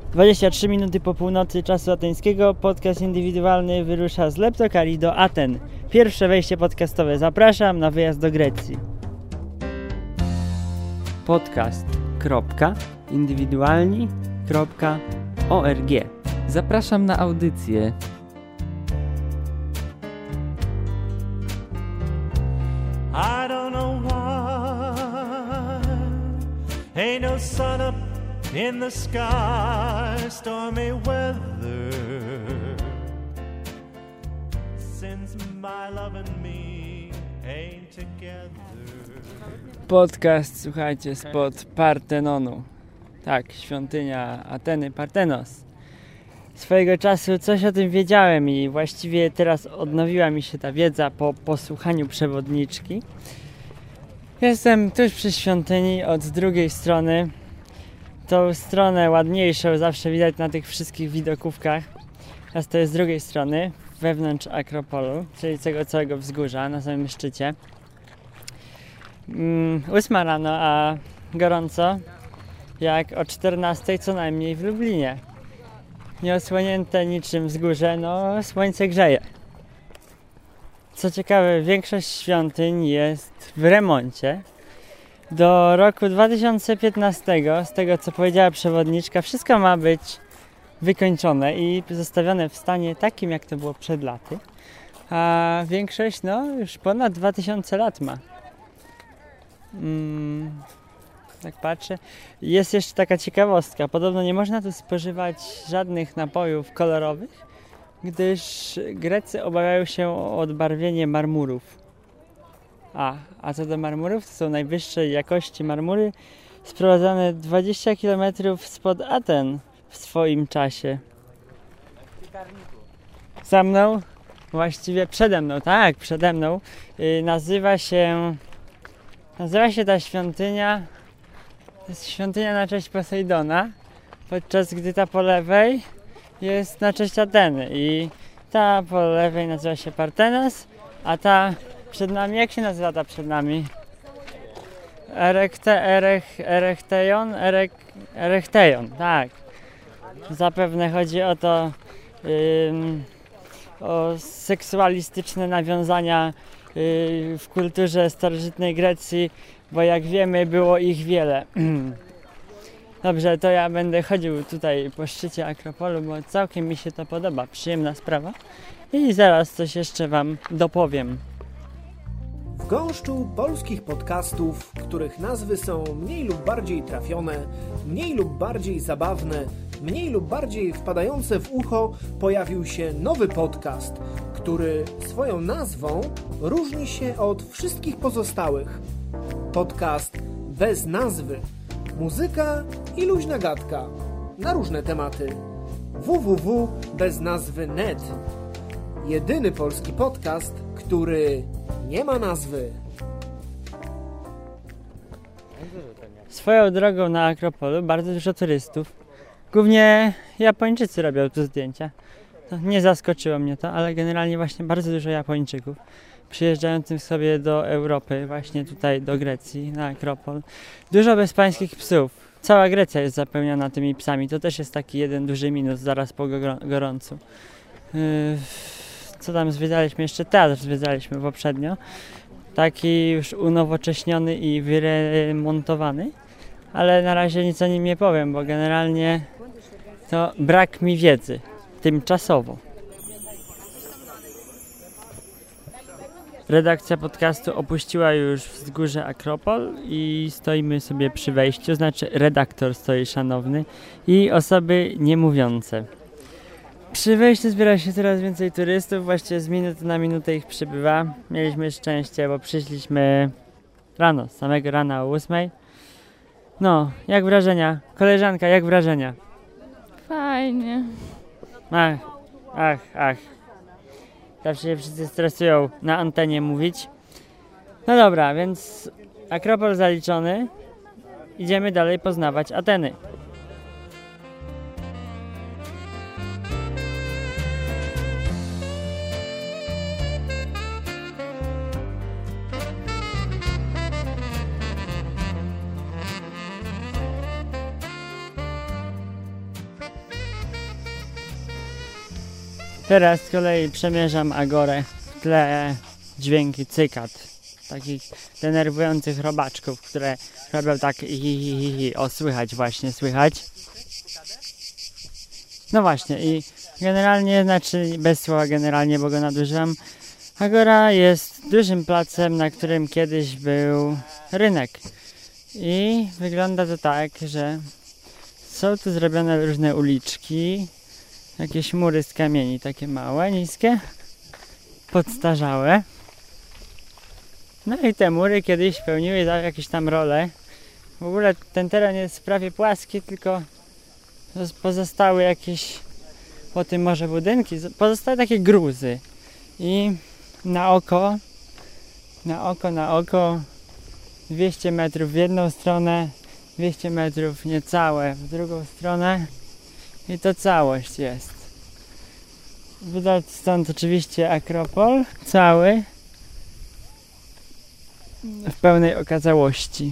23 minuty po północy czasu ateńskiego. Podcast indywidualny wyrusza z Leptokali do Aten. Pierwsze wejście podcastowe. Zapraszam na wyjazd do Grecji. Podcast.indywidualni.org. Zapraszam na audycję. I don't know why ain't no sun up in the sky, stormy weather since my love and me ain't together. Podcast, słuchajcie, spod Partenonu. Tak, świątynia Ateny, Partenos. Swojego czasu coś o tym wiedziałem i właściwie teraz odnowiła mi się ta wiedza po posłuchaniu przewodniczki. Jestem tuż przy świątyni od drugiej strony. Tą stronę ładniejszą zawsze widać na tych wszystkich widokówkach. Teraz to jest z drugiej strony, wewnątrz Akropolu, czyli tego całego wzgórza na samym szczycie. 8 rano, a gorąco jak o 14 co najmniej w Lublinie. Nieosłonięte niczym wzgórze, no słońce grzeje. Co ciekawe, większość świątyń jest w remoncie. Do roku 2015, z tego co powiedziała przewodniczka, wszystko ma być wykończone i zostawione w stanie takim, jak to było przed laty. A większość, już ponad 2000 lat ma. Tak patrzę. Jest jeszcze taka ciekawostka. Podobno nie można tu spożywać żadnych napojów kolorowych, gdyż Grecy obawiają się o odbarwienie marmurów. A co do marmurów, to są najwyższej jakości marmury sprowadzane 20 km spod Aten w swoim czasie. Za mną, właściwie przede mną, nazywa się ta świątynia. To jest świątynia na cześć Posejdona, podczas gdy ta po lewej jest na cześć Ateny i ta po lewej nazywa się Partenos, a ta przed nami, jak się nazywa ta przed nami? Erechteion, tak. Zapewne chodzi o to, o seksualistyczne nawiązania w kulturze starożytnej Grecji, bo jak wiemy, było ich wiele. Dobrze, to ja będę chodził tutaj po szczycie Akropolu, bo całkiem mi się to podoba, przyjemna sprawa. I zaraz coś jeszcze wam dopowiem. W gąszczu polskich podcastów, których nazwy są mniej lub bardziej trafione, mniej lub bardziej zabawne, mniej lub bardziej wpadające w ucho, pojawił się nowy podcast, który swoją nazwą różni się od wszystkich pozostałych. Podcast bez nazwy. Muzyka i luźna gadka na różne tematy. www.beznazwy.net. Jedyny polski podcast, który nie ma nazwy. Swoją drogą na Akropolu bardzo dużo turystów. Głównie Japończycy robią tu zdjęcia. Nie zaskoczyło mnie to, ale generalnie właśnie bardzo dużo Japończyków przyjeżdżających sobie do Europy, właśnie tutaj do Grecji, na Akropol. Dużo bezpańskich psów. Cała Grecja jest zapełniona tymi psami. To też jest taki jeden duży minus zaraz po gorącu. Co tam zwiedzaliśmy? Jeszcze teatr zwiedzaliśmy poprzednio. Taki już unowocześniony i wyremontowany. Ale na razie nic o nim nie powiem, bo generalnie to brak mi wiedzy. Tymczasowo. Redakcja podcastu opuściła już wzgórze Akropol i stoimy sobie przy wejściu, znaczy redaktor stoi szanowny i osoby niemówiące. Przy wejściu zbiera się coraz więcej turystów, właściwie z minuty na minutę ich przybywa. Mieliśmy szczęście, bo przyszliśmy rano, z samego rana o 8. No, jak wrażenia? Koleżanka, jak wrażenia? Fajnie. Ach. Zawsze się wszyscy stresują na antenie mówić. No dobra, więc Akropol zaliczony. Idziemy dalej poznawać Ateny. Teraz z kolei przemierzam Agorę, w tle dźwięki cykad, takich denerwujących robaczków, które robią tak o, słychać właśnie, słychać. No właśnie i generalnie, znaczy bez słowa generalnie, bo go nadużywam, Agora jest dużym placem, na którym kiedyś był rynek i wygląda to tak, że są tu zrobione różne uliczki, jakieś mury z kamieni, takie małe, niskie, podstarzałe. No i te mury kiedyś pełniły jakieś tam role. W ogóle ten teren jest prawie płaski, tylko pozostały jakieś po tym może budynki, pozostały takie gruzy. I na oko 200 metrów w jedną stronę, 200 metrów niecałe w drugą stronę i to całość jest. Widać stąd oczywiście Akropol cały w pełnej okazałości.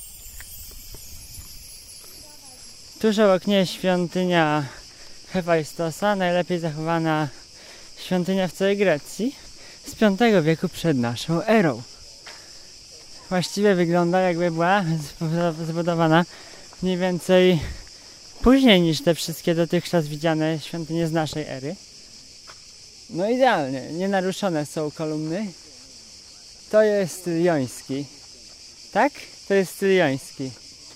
Tuż obok niej świątynia Hefajstosa, najlepiej zachowana świątynia w całej Grecji z V wieku przed naszą erą. Właściwie wygląda, jakby była zbudowana mniej więcej później niż te wszystkie dotychczas widziane świątynie z naszej ery. No idealnie, nienaruszone są kolumny. To jest styl joński. Tak? To jest styl joński.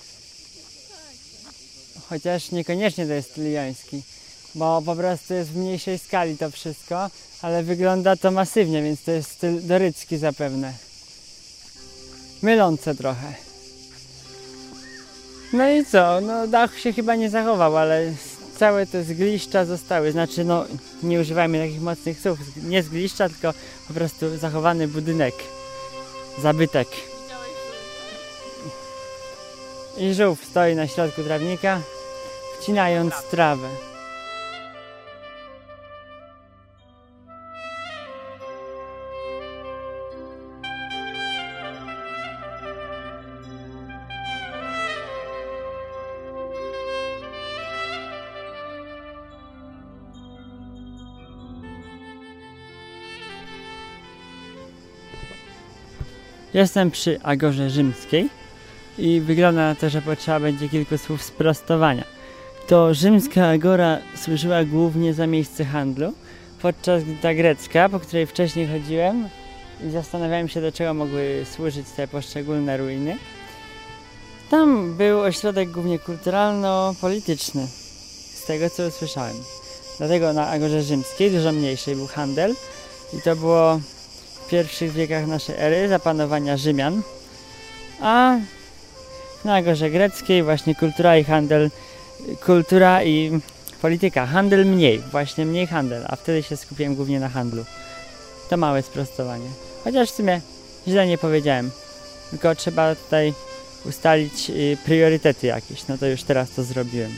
Chociaż niekoniecznie to jest styl joński, bo po prostu jest w mniejszej skali to wszystko, ale wygląda to masywnie, więc to jest styl dorycki zapewne. Mylące trochę. No i co? No dach się chyba nie zachował, ale całe te zgliszcza zostały. Znaczy no, nie używajmy takich mocnych słów. Nie zgliszcza, tylko po prostu zachowany budynek. Zabytek. I żółw stoi na środku trawnika, wcinając trawę. Jestem przy Agorze Rzymskiej i wygląda na to, że potrzeba będzie kilku słów sprostowania. To rzymska agora służyła głównie za miejsce handlu, podczas gdy ta grecka, po której wcześniej chodziłem i zastanawiałem się, do czego mogły służyć te poszczególne ruiny, tam był ośrodek głównie kulturalno-polityczny, z tego co usłyszałem. Dlatego na Agorze Rzymskiej, dużo mniejszej, był handel i to było w pierwszych wiekach naszej ery, za panowania Rzymian, a na Agorze Greckiej właśnie kultura i handel, kultura i polityka. Handel mniej, właśnie mniej handel, a wtedy się skupiłem głównie na handlu. To małe sprostowanie. Chociaż w sumie źle nie powiedziałem, tylko trzeba tutaj ustalić priorytety jakieś, no to już teraz to zrobiłem.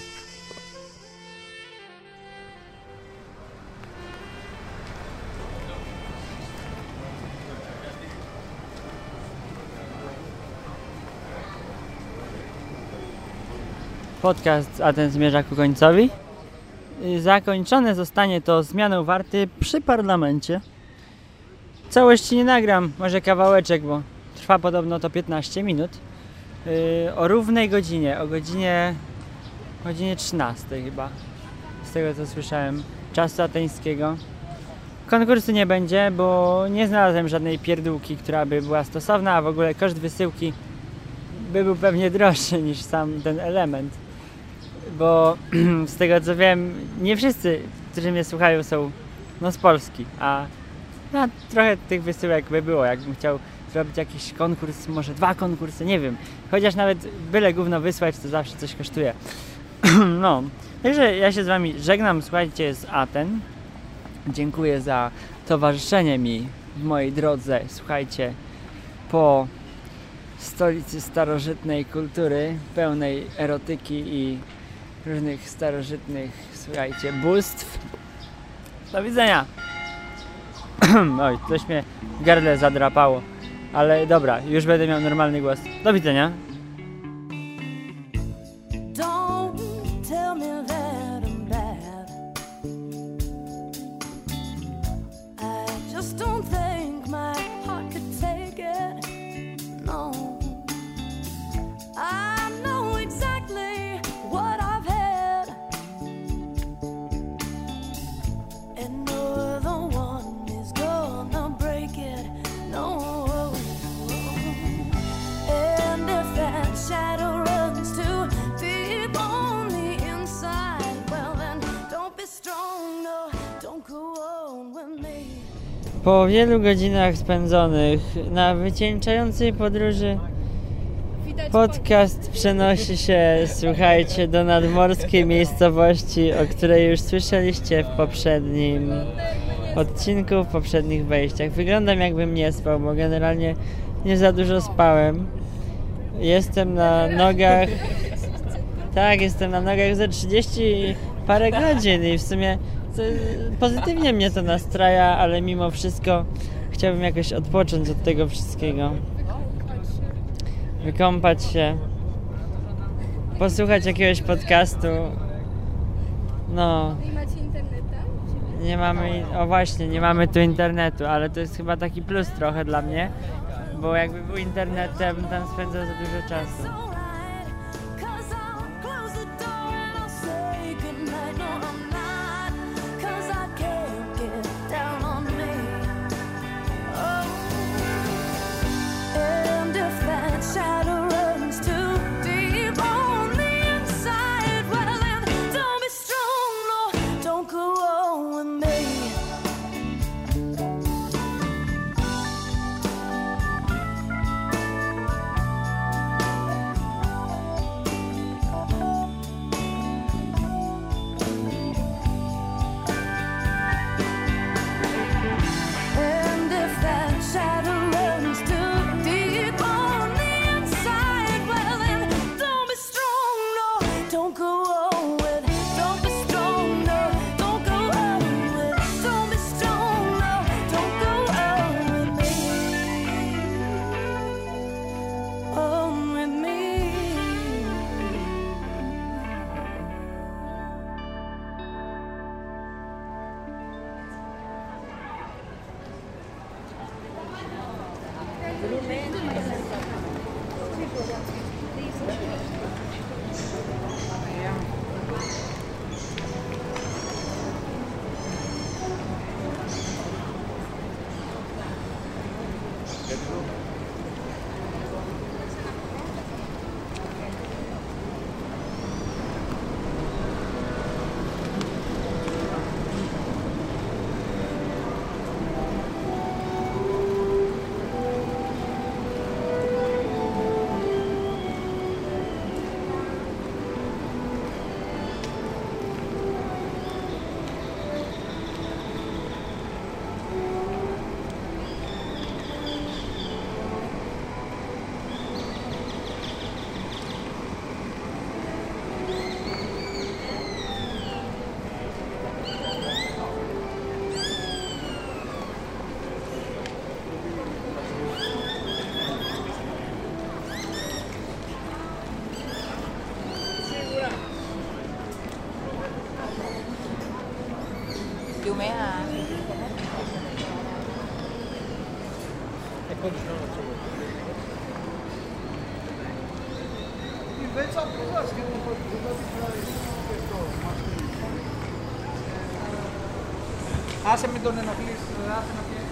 Podcast Aten zmierza ku końcowi. Zakończone zostanie to zmianą warty przy parlamencie. Całości nie nagram, może kawałeczek, bo trwa podobno to 15 minut. O równej godzinie, o godzinie 13 chyba, z tego co słyszałem, czasu ateńskiego. Konkursu nie będzie, bo nie znalazłem żadnej pierdółki, która by była stosowna, a w ogóle koszt wysyłki by był pewnie droższy niż sam ten element. Bo z tego co wiem, nie wszyscy, którzy mnie słuchają, są z Polski, a trochę tych wysyłek by było, jakbym chciał zrobić jakiś konkurs, może 2 konkursy, nie wiem. Chociaż nawet byle gówno wysłać, to zawsze coś kosztuje. No, także ja się z wami żegnam, słuchajcie, z Aten. Dziękuję za towarzyszenie mi w mojej drodze, słuchajcie, po stolicy starożytnej kultury, pełnej erotyki i różnych starożytnych, słuchajcie, bóstw. Do widzenia! Oj, coś mnie w gardle zadrapało, ale dobra, już będę miał normalny głos. Do widzenia! Po wielu godzinach spędzonych na wycieńczającej podróży podcast przenosi się, słuchajcie, do nadmorskiej miejscowości, o której już słyszeliście w poprzednim odcinku, w poprzednich wejściach. Wyglądam, jakbym nie spał, bo generalnie nie za dużo spałem. Jestem na nogach... Tak, jestem na nogach za 30 parę godzin i w sumie pozytywnie mnie to nastraja, ale mimo wszystko chciałbym jakoś odpocząć od tego wszystkiego. Wykąpać się, posłuchać jakiegoś podcastu. No. I macie interneta? Nie mamy, o właśnie, nie mamy tu internetu, ale to jest chyba taki plus trochę dla mnie, bo jakby był internet, to ja bym tam spędzał za dużo czasu. Άσε μην τον ενοχλείς, άσε να πιέσεις.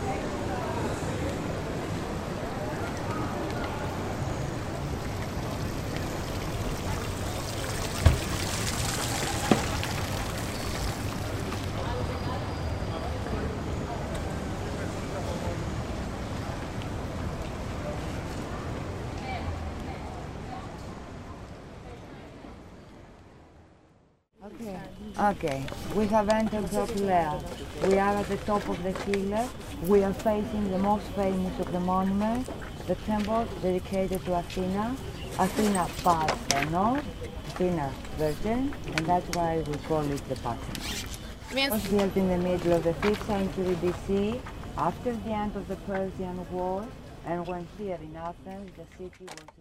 Okay, we have entered Zopilea. We are at the top of the hill. We are facing the most famous of the monuments, the temple dedicated to Athena, Athena Parthenos, Athena Virgin, and that's why we call it the Parthenon. It was built in the middle of the 5th century BC, after the end of the Persian War, and when here in Athens the city was